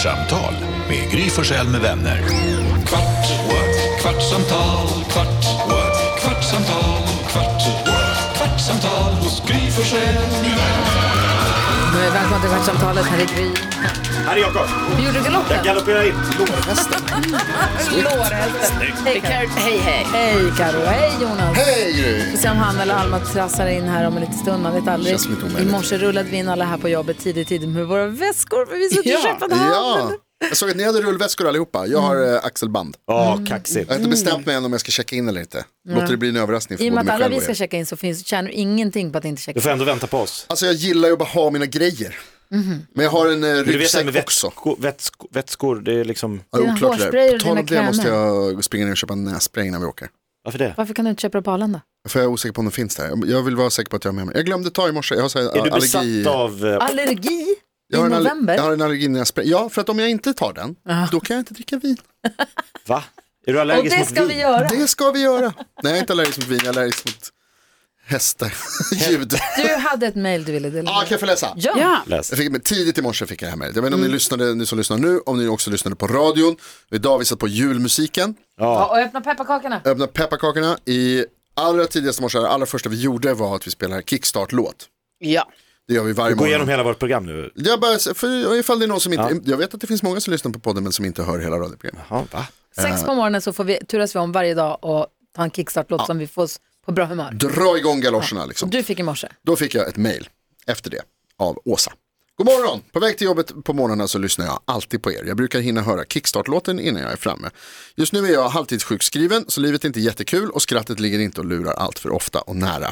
Kvartsamtal med Gry Forssell med vänner. Kvart, what? Kvartsamtal, kvart, what? Kvartsamtal, kvart, what? Kvartsamtal hos Gry Forssell med vänner. Välkommen till Kvartsamtalet, här är Gry. Här är Jakob. Hur gjorde du galoppen? Jag galopperar in lårhästen. Hej Karo. Hej Karo. Hej Jonas. Hej Gry. Vi får se om han eller Alma trassar in här om en liten stund. Man vet aldrig. I morse rullade vi in alla här på jobbet tidigt med våra väskor. För vi satt och köpte handen. Jag såg att ni hade rullväskor allihopa. Jag har axelband. Kaxigt. Jag har inte bestämt mig än om jag ska checka in eller inte. Låter det bli en överraskning för I och både med mig att alla själv vi och ska er. checka in så tjänar ingenting på att inte checka Du in. får ändå vänta på oss. Alltså jag gillar ju bara ha mina grejer. Men jag har en ryggsäck också. Vätskor, det är liksom... Dina hårsprayer och På tal om dina det måste krämer. jag springa ner och köpa en nässpray innan vi åker. Varför det? Varför kan du inte köpa det på Arlanda? För jag är osäker på om det finns där. Jag vill vara säker på att jag har med mig. Jag glömde ta i morse. Jag har så här, Är du allergi. besatt av... Allergi? Jag har I november? jag har en allerginässpray. Ja, för att om jag inte tar den, då kan jag inte dricka vin. Va? Är du Och allergisk det mot ska vin? vi göra. Det ska vi göra. Nej, jag är inte allergisk mot vin. Jag är allergisk mot hästar. Ljud. Du hade ett mejl du ville dela. Ja, kan jag få läsa? Ja. Läs. Jag fick, tidigt i morse fick jag här med. Jag vet inte om ni lyssnade, ni som lyssnar nu, om ni också lyssnade på radion. Idag har vi satt på julmusiken. Ja, och öppna pepparkakorna. Öppna pepparkakorna. I allra tidigaste morse, det allra första vi gjorde var att vi spelade Kickstart-låt. Ja. Det gör vi varje Gå morgon. igenom hela vårt program nu. Jag bara, för ifall det är någon som inte, jag vet att det finns många som lyssnar på podden men som inte hör hela radioprogrammet. Jaha, va? 6 på morgonen så får vi turas vi om varje dag och ta en kickstart-låt som vi får oss på bra humör. Dra igång galoscherna liksom. Du fick i morse. Då fick jag ett mejl efter det av Åsa. God morgon! På väg till jobbet på morgonen så lyssnar jag alltid på er. Jag brukar hinna höra Kickstart-låten innan jag är framme. Just nu är jag halvtidssjukskriven så livet är inte jättekul och skrattet ligger inte och lurar allt för ofta och nära.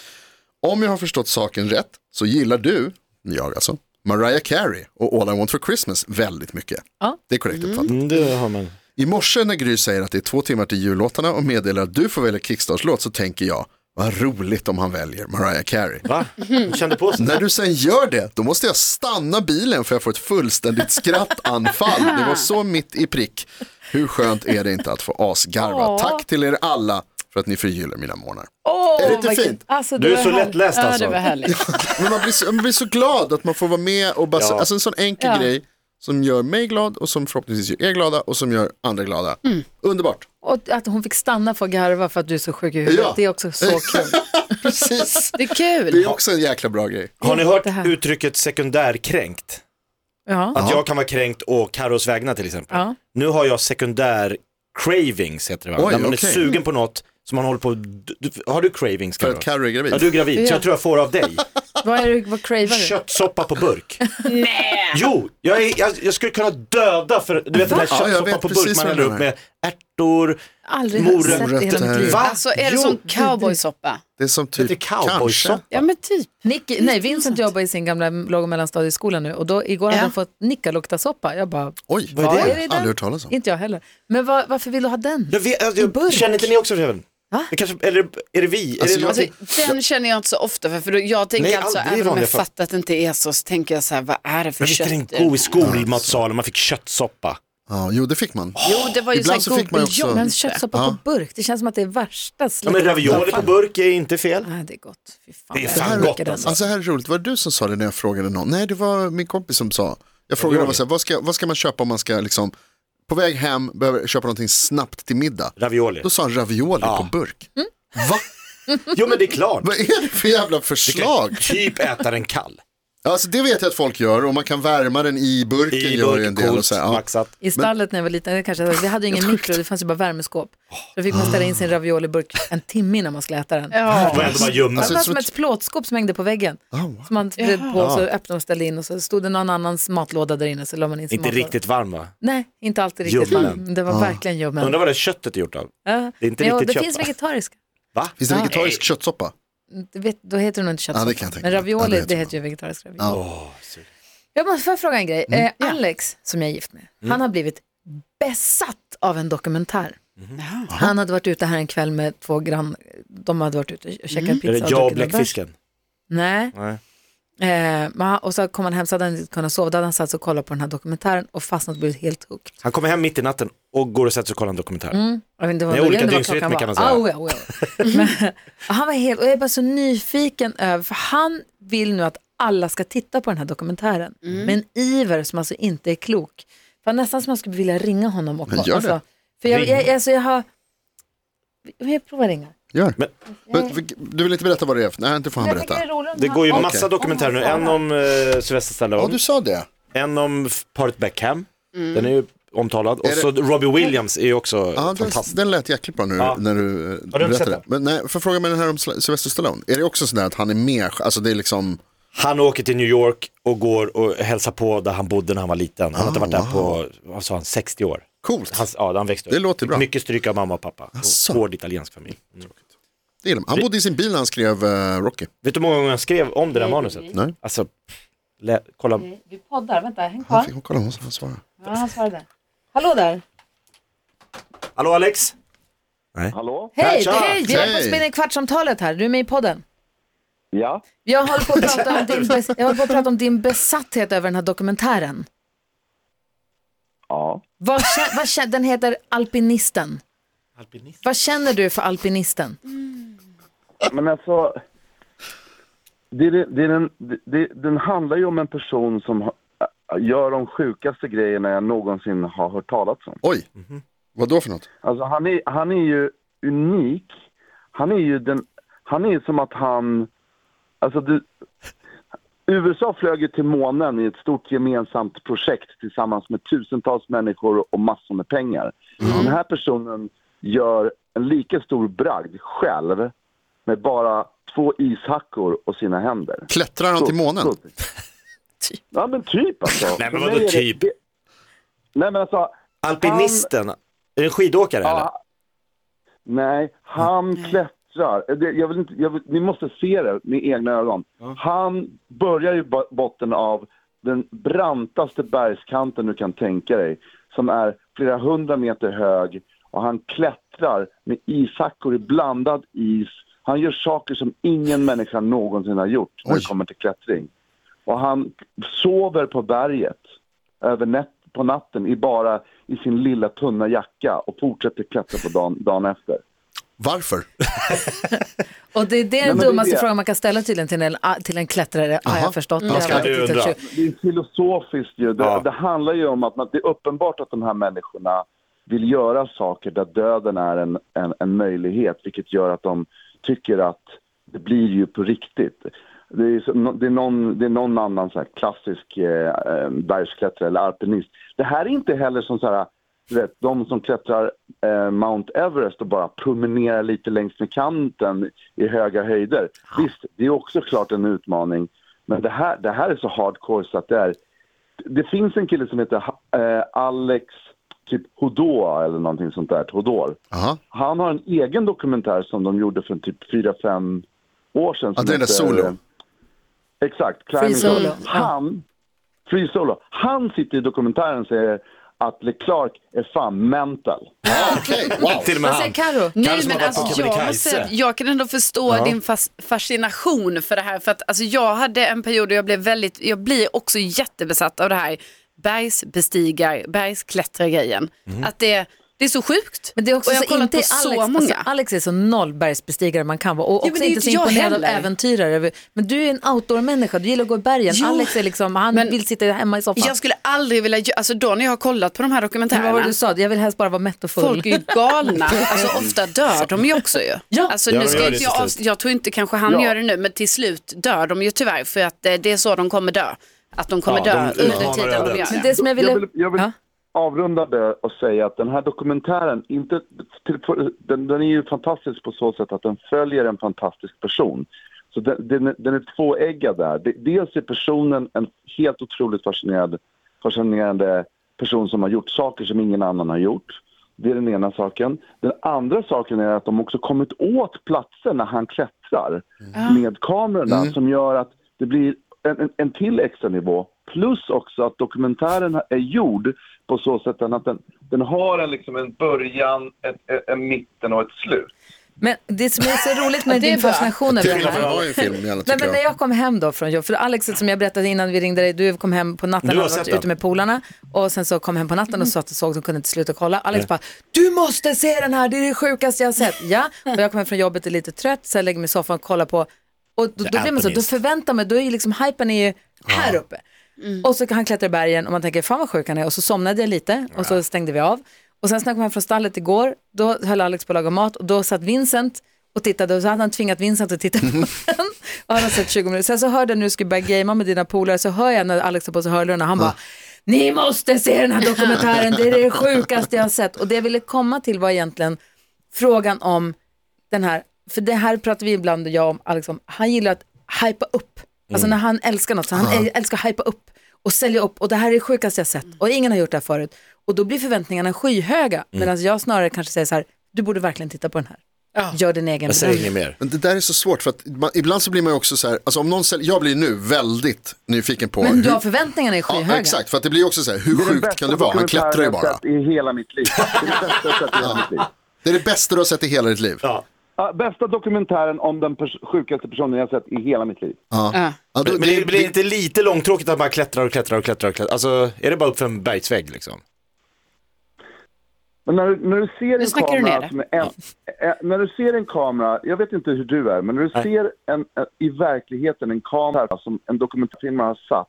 Om jag har förstått saken rätt så gillar du, jag alltså, Mariah Carey och All I Want For Christmas väldigt mycket. Ja. Det är korrekt uppfattat. Det har man. I morse när Gry säger att det är 2 timmar till jullåtarna och meddelar att du får välja Kickstarts-låt så tänker jag, vad roligt om han väljer Mariah Carey. Va? Du kände på sig? När du sen gör det, då måste jag stanna bilen för jag får ett fullständigt skrattanfall. Det var så mitt i prick. Hur skönt är det inte att få asgarva? Tack till er alla för att ni förgyller mina morgnar. Är det inte fint? Alltså, Du är så lättläst Ja, alltså. det var härligt. Men man blir så glad att man får vara med och bara, alltså en sån enkel grej som gör mig glad och som förhoppningsvis gör er glada och som gör andra glada. Underbart. Och att hon fick stanna för att garva för att du är så sjuk i huvudet, det är också så kul. Precis. Det är kul. Det är också en jäkla bra grej. Har ni hört Det här. uttrycket sekundärkränkt? Ja. Att jag kan vara kränkt och Karos vägnar till exempel. Ja. Nu har jag sekundär cravings heter det va? Oj, När man okej. är sugen på något som man håller på. Har du cravings För Karo? att Carrie är gravid. Ja, du är gravid. Så jag tror jag får av dig. Vad cravar du? Köttsoppa på burk. Nej. Jo, jag skulle kunna döda för du vet den här Ja, jag köttsoppa vet på precis burk man vad häller du upp menar. med ärtor. Aldrig Morötter. sett det i hela mitt liv. Va? Alltså är det som cowboysoppa? Det är som Det är typ cowboysoppa. Ja men typ. Vincent jobbar i sin gamla låg- och mellanstadieskola nu och då igår hade han fått nickaluktasoppa. Jag bara, Oj, Vad är det? är det Aldrig den? hört talas om. Inte jag heller. Men varför vill du ha den? Jag vet, I burk. känner inte ni också för den? Va? Det kanske, eller är det vi? Alltså, är det jag- någonting? Den känner jag inte så ofta för jag tänker Nej, alltså, aldrig i även om vanliga jag fall. fattar att det inte är så tänker jag så här, vad är det för Men visst är kött? den god i skolmatsalen, man fick köttsoppa. Ja, jo, det fick man. Jo, det var ju Ibland så så här fick man god också- biljong. Men köttsoppa på burk, det känns som att det är värsta Ja, släkten. men ravioli på burk är inte fel. Nej, det är gott. Fy fan. Det är Jag fan älskar gott, den. alltså. Alltså här är roligt, var det du som sa det när jag frågade någon? Nej, det var min kompis som sa. Jag frågade honom, så här, vad ska man köpa om man ska liksom, på väg hem, behöver köpa någonting snabbt till middag? Ravioli. Då sa han ravioli på burk. Va? Jo men det är klart. Vad är det för jävla förslag? Typ äta den kall. Alltså det vet jag att folk gör och man kan värma den i burken. I gör ju burk, en del och coolt, så här, ja. maxat. I stallet när jag var liten, vi hade ju ingen mikro, det fanns ju bara värmeskåp. Då fick man ställa in sin ravioliburk en timme innan man skulle äta den. Ja. Och ändå var ljummen. Det var som som ett plåtskåp som hängde på väggen. Som man vred på och så öppnade och ställde in och så stod det någon annans matlåda där inne så la man in sin Inte matlåda. riktigt varm va? Nej, inte alltid riktigt Ljummen. varm. Det var verkligen ljummen. Undrar vad det köttet är gjort av. Ja. Det är inte Jo, riktigt det kött, finns va? vegetarisk. Va? Finns det Ja. vegetarisk köttsoppa? Då heter det nog inte köttsoppa. Ja, det kan jag tänka men mig. ravioli, Ja, det det heter heter ju vegetarisk ravioli. Ja. Jag måste få fråga en grej. Alex, som jag är gift med, han har blivit besatt av en dokumentär. Han hade varit ute här en kväll med 2 grann. De hade varit ute och käkat pizza. Är det och jag och druckit en bärs. bläckfisken? Nej. Nej. Och så kom han hem så hade han inte kunnat sova. Då hade han satt sig och kollat på den här dokumentären och fastnat och blivit helt hooked. Han kommer hem mitt i natten och går och sätter sig och kollar en dokumentär. Jag vet inte vad, Det är olika jag vet inte vad dygnsrytmer, klockan kan man var. säga. Men, han var helt, och jag är bara så nyfiken över, för han vill nu att alla ska titta på den här dokumentären. Med en iver som alltså inte är klok. För nästan som jag skulle vilja ringa honom och gör det. för jag har... Jag provar ringa. Gör. Men, du vill inte berätta vad det är? Nej, inte får han berätta. Det går ju massa dokumentärer nu. En om Sylvester Stallone. Ja, du sa det. En om paret Beckham. Den är ju omtalad. Och så Robbie Williams är ju också fantastisk. Den lät jäkligt bra nu när du berättade. Men nej, för fråga mig den här om Sylvester Stallone. Är det också sådär att han är mer, alltså det är liksom... Han åker till New York och går och hälsar på där han bodde när han var liten. Han har inte varit där på, vad sa han, 60 år. Coolt. Han växte upp. Det låter bra. Mycket stryk av mamma och pappa. Hård italiensk familj. Han bodde i sin bil när han skrev Rocky. Vet du hur många gånger han skrev om det där manuset? Nej. Alltså, kolla. Vi poddar, vänta, häng kvar. Kolla, han svarar. Ja, han svarade. Hallå där. Hallå Alex? Nej. Hallå? Hej, vi är på att spela in Kvartsamtalet här. Du är med i podden. Ja. Jag håller på att prata om din besatthet över den här dokumentären. Ja. Den heter Alpinisten. Alpinist? Vad känner du för Alpinisten? Men alltså, den handlar ju om en person som gör de sjukaste grejerna jag någonsin har hört talas om. Oj, vad då för något? Alltså han är ju unik. Han är som att han... Alltså USA flög ju till månen i ett stort gemensamt projekt tillsammans med tusentals människor och massor med pengar. Den här personen gör en lika stor bragd själv med bara 2 ishackor och sina händer. Klättrar han till månen? Ja, men typ alltså. Nej, men vadå typ? Nej, men alltså... Alpinisten? Är det en skidåkare eller? Nej, han klättrar. Ni måste se det med egna ögon. Han börjar ju botten av den brantaste bergskanten du kan tänka dig, som är flera 100 meter hög, och han klättrar med ishackor i blandad is. Han gör saker som ingen människa någonsin har gjort när det kommer till klättring. Och han sover på berget på natten i sin lilla tunna jacka och fortsätter klättra på dagen efter. Varför? Och det är den dummaste frågan man kan ställa till en klättrare, har jag förstått. Det är filosofiskt ju. Det handlar ju om att det är uppenbart att de här människorna vill göra saker där döden är en möjlighet, vilket gör att de tycker att det blir ju på riktigt. Det är någon annan så här klassisk bergsklättrare eller alpinist. Det här är inte heller som så här, du vet, de som klättrar Mount Everest och bara promenerar lite längs med kanten i höga höjder. Visst, det är också klart en utmaning. Men det här är så hardcore så att det finns en kille som heter Alex typ Hodor eller någonting sånt där. Hodor. Han har en egen dokumentär som de gjorde för typ 4-5 år sedan. Ja, det är Solo. Exakt. Free Solo. Free Solo. Han sitter i dokumentären och säger att Leclerc är fan mental. Okej, wow. Till och med vad säger Karo? Nej, men alltså, jag kan ändå förstå din fascination för det här. För att alltså, jag hade en period där jag blir också jättebesatt av det här bergsklättrargrejen. Att det är så sjukt. Men det är också och jag så inte Alex, så många. Alltså, Alex är så nollbergsbestigare man kan vara. Och också inte så imponerad av äventyrare. Men du är en outdoor-människa, du gillar att gå i bergen. Jo. Alex är liksom, han vill sitta hemma i soffan. Jag skulle aldrig vilja, alltså då när jag har kollat på de här dokumentärerna. Vad var det du sa? Jag vill helst bara vara mätt och full. Folk är ju galna. Alltså ofta dör de ju också ju. Ja. Alltså, nu ska jag tror inte kanske han gör det nu, men till slut dör de ju tyvärr, för att det är så de kommer dö. Att de kommer dö under tiden de gör. Men det som jag vill avrunda det och säga att den här dokumentären den är ju fantastisk på så sätt att den följer en fantastisk person. Så den är tvåeggad där. Dels är personen en helt otroligt fascinerande person som har gjort saker som ingen annan har gjort. Det är den ena saken. Den andra saken är att de också kommit åt platser när han klättrar med kamerorna som gör att det blir en till extra nivå. Plus också att dokumentären är gjord på så sätt att den har en början, en mitten och ett slut. Men det som är så roligt med din fascination över det här. Men när jag kom hem då från jobb, för Alex som jag berättade innan vi ringde dig, du kom hem på natten och var ute med polarna och sen så kom hem på natten och så att såg att de kunde inte sluta kolla. Alex bara, du måste se den här, det är det sjukaste jag har sett. Ja, och jag kom hem från jobbet och lite trött, så jag lägger mig i soffan och kollar på Och då blir man så, då förväntar man, då är ju liksom hypen är ju här uppe. Och så kan han klättra i bergen och man tänker, fan vad sjuk han är. Och så somnade jag lite och så stängde vi av. Och sen när jag kom hem från stallet igår, då höll Alex på att laga mat och då satt Vincent och tittade och så hade han tvingat Vincent att titta på den. Och han har sett 20 minuter. Sen så hörde jag när du skulle börja gamea med dina polare, så hör jag när Alex har på sig hörlurarna, han bara, ni måste se den här dokumentären, det är det sjukaste jag har sett. Och det jag ville komma till var egentligen frågan om den här, för det här pratar vi ibland, jag om Alex, om, han gillar att hypa upp. Alltså när han älskar något, så han älskar att hypa upp och sälja upp, och det här är det sjukaste jag sett och ingen har gjort det här förut. Och då blir förväntningarna skyhöga, medan jag snarare kanske säger så här, du borde verkligen titta på den här. Gör din egen. Jag säger inget mer. Men det där är så svårt, för att ibland så blir man ju också så här, alltså om någon jag blir nu väldigt nyfiken på. Men du har förväntningarna är skyhöga. Ja, exakt, för att det blir också så här, hur sjukt kan det vara? Han klättrar ju bara. I hela mitt liv. Det är det bästa du har sett i hela ditt liv. Ja. Bästa dokumentären om den sjukaste personen jag har sett i hela mitt liv. Men det blir inte lite långtråkigt att bara klättrar. Alltså, är det bara upp för en bergsvägg liksom? Men när du ser en kamera som när du ser en kamera, jag vet inte hur du är, men när du ser i verkligheten en kamera som en dokumentärfilmare har satt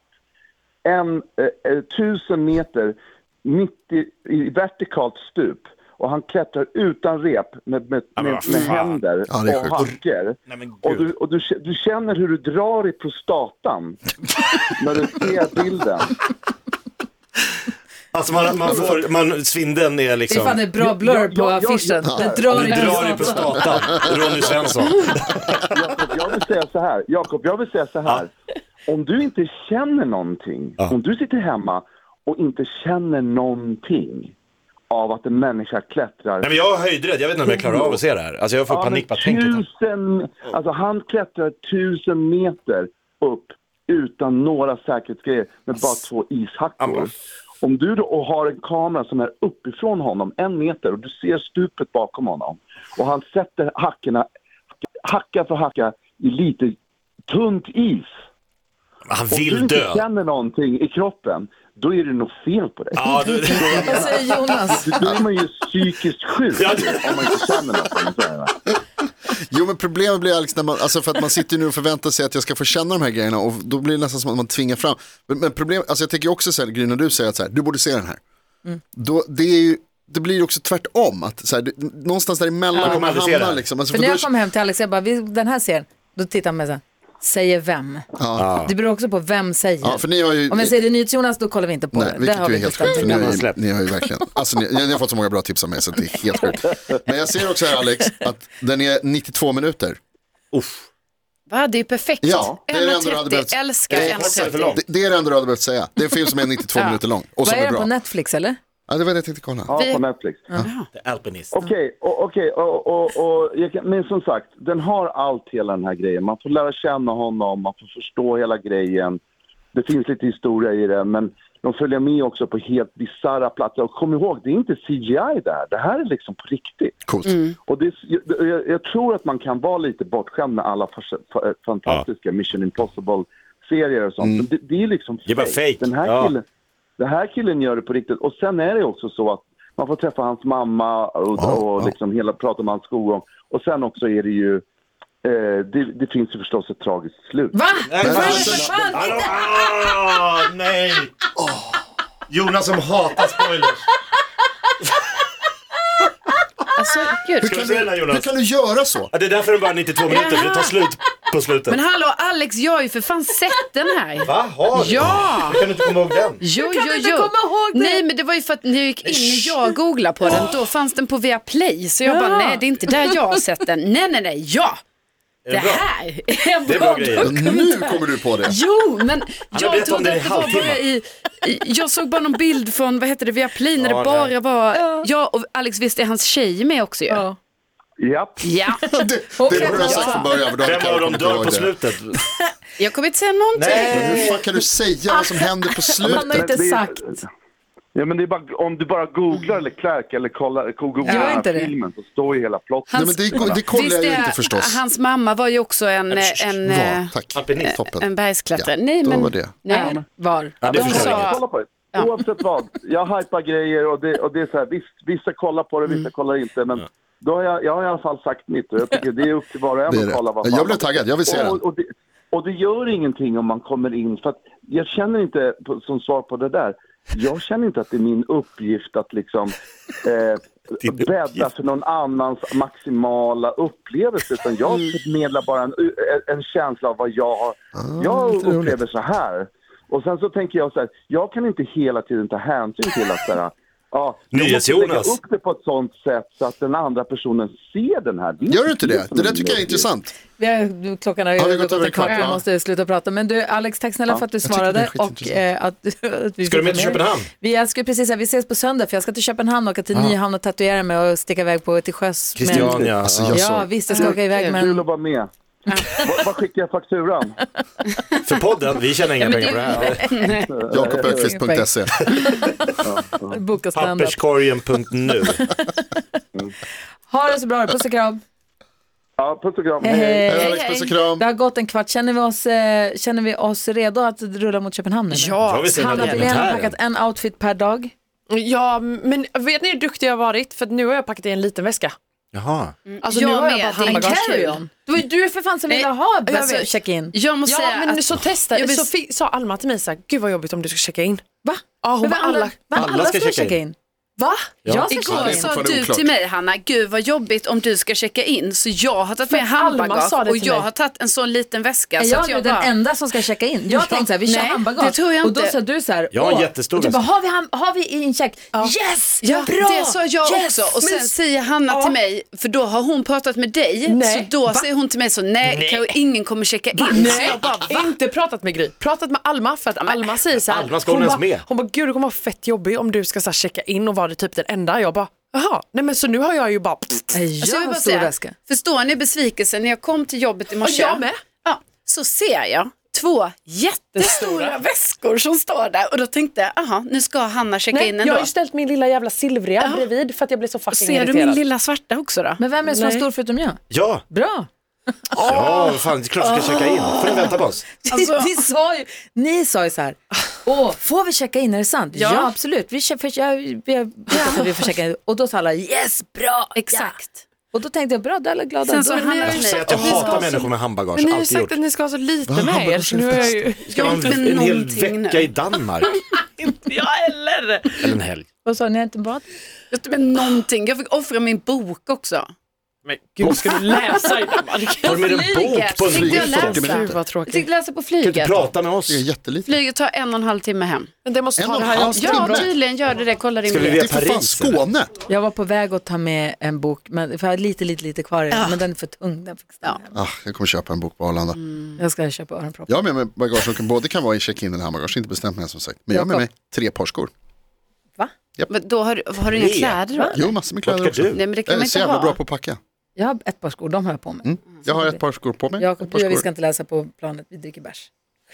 1000 meter 90 i vertikalt stup, och han klättrar utan rep med händer och hackor. Och du känner hur du drar i prostatan när du ser bilden. Alltså svindeln är liksom... Det är fan en bra blur på affischen. Den drar i prostatan. Ronny Svensson. Jakob, jag vill säga så här. Om du inte känner någonting, om du sitter hemma och inte känner någonting av att en människa klättrar... Nej, men jag är höjdrädd, jag vet inte om jag klarar av att se det här. Alltså jag får panik på tänket. Alltså han klättrar 1000 meter upp utan några säkerhetsgrejer med bara 2 ishackor. Om du då har en kamera som är uppifrån honom 1 meter och du ser stupet bakom honom och han sätter hackorna hacka för hacka i lite tunt is. Han vill dö. Om du inte känner någonting i kroppen, då är det nog fel på dig. Ja, vad säger Jonas? Då är man ju psykiskt sjuk om man inte känner någonting. Jo, men problemet blir, Alex, när man, alltså för att man sitter nu och förväntar sig att jag ska få känna de här grejerna, och då blir det nästan som att man tvingar fram. Men problemet, alltså jag tänker också så här, Gry, när du säger att så här, du borde se den här. Då, det blir också tvärtom, att så här, någonstans däremellan kommer man hamna liksom. Alltså, för när jag kom hem till Alex, jag bara, den här serien, då tittar man så här, säger vem? Det beror också på vem säger. Ja, för ni har ju... Om jag säger det Nyhets-Jonas, då kollar vi inte på det. Vilket är helt sjukt, för ni har ju verkligen, alltså ni har fått så många bra tips av mig så det är helt sjukt. Men jag ser också här, Alex, att den är 92 minuter. Va, det är perfekt. Ja, det är 1:30, älskar 1:30. Det är det enda du hade behövt säga. Det är en film som är 92 minuter lång och som är bra. Vad är den på Netflix, eller? Ja, det var det jag tänkte kolla. Ja, på Netflix. The Alpinist. Okej, men som sagt, den har allt, hela den här grejen. Man får lära känna honom, man får förstå hela grejen. Det finns lite historia i den, men de följer med också på helt bizarra platser. Och kom ihåg, det är inte CGI där. Det här är liksom på riktigt. Coolt. Och jag tror att man kan vara lite bortskämd med alla fantastiska Mission Impossible-serier och sånt. Men det är liksom det är bara fake. Den här killen gör det på riktigt. Och sen är det också så att man får träffa hans mamma och liksom prata om hans skolgång. Och sen också är det ju det finns ju förstås ett tragiskt slut. Va? Nej! Jonas som hatar spoilers. Alltså, gud. Hur kan du göra så? Ja, det är därför det bara 92 minuter, för det tar slut på slutet. Men hallå, Alex, jag har ju för fan sett den här. Va? Har du? Ja! Du kan inte komma ihåg den? Jo. komma ihåg det. Nej, men det var ju för att när jag gick in och jag googlade på den, då fanns den på Viaplay. Så jag bara, nej, det är inte där jag har sett den. Nej, ja! Det här är en bra dokumentär. Nu kommer du på det. Jo, men jag trodde att det var bara jag såg bara någon bild från, vad heter det, Viaplay, när det bara var jag och Alex, visst är hans tjej med också ju. Ja. Ja. Det borde jag ha sagt från början. Vem av dem dör på slutet? Jag kommer inte säga någonting. Men hur fan kan du säga vad som händer på slutet? Han har inte sagt. Ja, men det är bara, om du bara googlar eller Clark eller googlar filmen så står ju hela plotten. Nej, men det kollar jag ju inte förstås. Hans mamma var ju också en bergsklättrare. Toppen. Nej, Ja, men var det. nej. Var? Ja, De sa, oavsett vad. Jag hypar grejer och det är så här, vissa kollar på det, vissa kollar inte. Men då har jag har i alla fall sagt mitt och jag tycker det är upp till var och en att kolla vad fan. Jag blir taggad, jag vill se det. Och det gör ingenting om man kommer in, för att jag känner inte, som svar på det där, jag känner inte att det är min uppgift att liksom bädda för någon annans maximala upplevelse, utan jag förmedlar bara en känsla av vad jag upplever så här. Och sen så tänker jag så här, jag kan inte hela tiden ta hänsyn till att jag måste lägga upp det på ett sånt sätt så att den andra personen ser den här. Gör du inte det? Det där tycker jag är intressant. Klockan har gått över klart, jag måste sluta prata. Men du Alex, tack snälla för att du svarade. Och att vi ska du med till Köpenhamn? Vi ses på söndag, för jag ska till Köpenhamn och åka till Nyhamn och tatuera mig och sticka iväg till sjöss. Christiania. Ja, visst, jag ska åka iväg. Men... Kul att vara med. Vad skickar jag fakturan? För podden, vi tjänar inga pengar på det här. Jakobökvist.se Papperskorgen.nu. Ha det så bra, puss och kram. Ja, puss och kram. Hej. Alex, puss och kram. Det har gått en kvart, känner vi oss redo att rulla mot Köpenhamn? Eller? Ja, Hanna Billén har packat en outfit per dag. Ja, men vet ni hur duktig jag har varit? För nu har jag packat i en liten väska. Jaha. Alltså nu har jag bara handbagage. Det var ju du för fan som ville ha check-in. Jag måste säga men att så testade, så sa Alma till mig så här, gud vad jobbigt om du ska checka in. Va? Ja, hon bara, alla ska checka in. Va? Ja. Igår sa du till mig, Hanna, gud vad jobbigt om du ska checka in. Så jag har tagit med handbagage och jag har tagit en sån liten väska. Så jag är den enda som ska checka in. Jag tänkte så här, vi kör handbagage. Det tror jag inte. Och då sa du så här, jag har en jättestor väska. Har vi incheck? Yes! Ja, bra! Det sa jag också. Och sen säger Hanna till mig, för då har hon pratat med dig. Så då säger hon till mig så, ingen kommer checka in. Nej, jag bara, inte pratat med Gry. Pratat med Alma, för att Alma säger så här. Alma ska hon ens med. Hon bara, gud det kommer vara fett jobbig om du ska så här, checka in och vara det typ den enda. Jag bara, jaha, nej men så nu har jag ju bara... Jag vill bara säga, förstår ni besvikelsen när jag kom till jobbet i morse? Och jag med. Ja, så ser jag 2 jättestora väskor som står där. Och då tänkte jag, aha, nu ska Hanna checka in ändå. Jag har ju ställt min lilla jävla silvriga bredvid för att jag blir så fucking irriterad. Ser du min lilla svarta också då? Men vem är det som är stor förutom jag? Ja. Bra. Ja, fan, det är klart vi ska checka in. Får du vänta på oss? Alltså, ni sa ju så här, får vi checka in, är det sant? Ja absolut, vi får checka in. Och då sa alla, yes, bra, exakt. Och då tänkte jag, bra, det är alla glada. Sen så jag säger att jag hatar människor med handbagage. Men ni har sagt att ni ska ha så lite med er. Så nu är jag ju... Ska man en hel vecka i Danmark? Inte jag heller. Eller en helg. Vad sa ni, inte bad? Med någonting. Jag fick offra min bok också. Men gud, ska du läsa i Danmark? Har du med en bok på en Gud vad tråkigt. Jag fick läsa på Kan flyget. du prata med oss? Det är jättelite. Flyget tar 1,5 timme hem. Men det måste ta det här. Ja, tydligen gör det. Kollar in Ska vi Det är via för fan Paris? Skåne. Jag var på väg att ta med en bok, men för jag har lite kvar i den, men den är för tung. Den fick stanna. Jag kommer köpa en bok på Arlanda. Jag ska köpa öronproppar. Jag har med mig bagage som både kan vara i check-in eller handbagage, inte bestämt mig som sagt. Men jag har med mig 3 par skor. Va? Men då har du inga kläder då? Jo, massor med kläder Vad ska också. du? Nej, men det kan Jag man är inte så jävla ha. bra på att packa. Jag har ett par skor, de har jag på mig. Jag har ett par skor på mig. Vi ska inte läsa på planet, vi dricker bärs.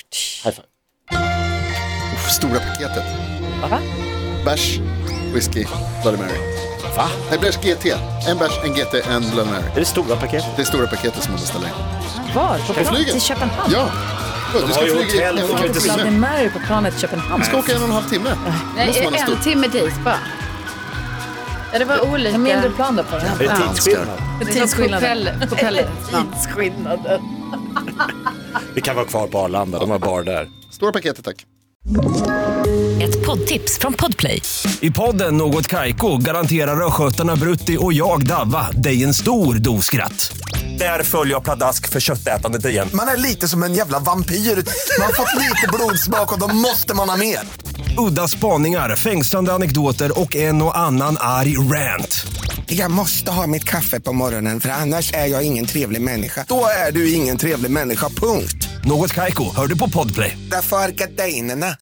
Stora paketet. Va? Bärs, whisky, Bloody Mary. Va? Nej, bärs GT. En bärs, en GT, en Bloody Mary. Är det stora paketet? Det är stora paketet som man beställer in. Var? På planet flyget? till Köpenhamn? Ja. Du ska har ju flyga hotell, en och en kan halv inte Bloody timme. Mary på planet till Köpenhamn. Du ska åka 1,5 timme. Nej, Måste man ha 1 timme dit bara. Ja, det var olika. En mindre plan då på det här. Är det tidsskillnad? Tidsskillnaden. Vi kan vara kvar på Arlanda, de har bar där. Stora paketet, tack. Ett poddtips från Podplay. I podden Något Kaiko garanterar östgötarna Brutti och jag Davva dig en stor dos skratt. Där följer jag pladask för köttätandet igen. Man är lite som en jävla vampyr. Man har fått lite blodsmak och då måste man ha mer. Udda spaningar, fängslande anekdoter och en och annan arg rant. Jag måste ha mitt kaffe på morgonen för annars är jag ingen trevlig människa. Då är du ingen trevlig människa, punkt. Något Kaiko, hör du på Podplay. Därför är gardinerna.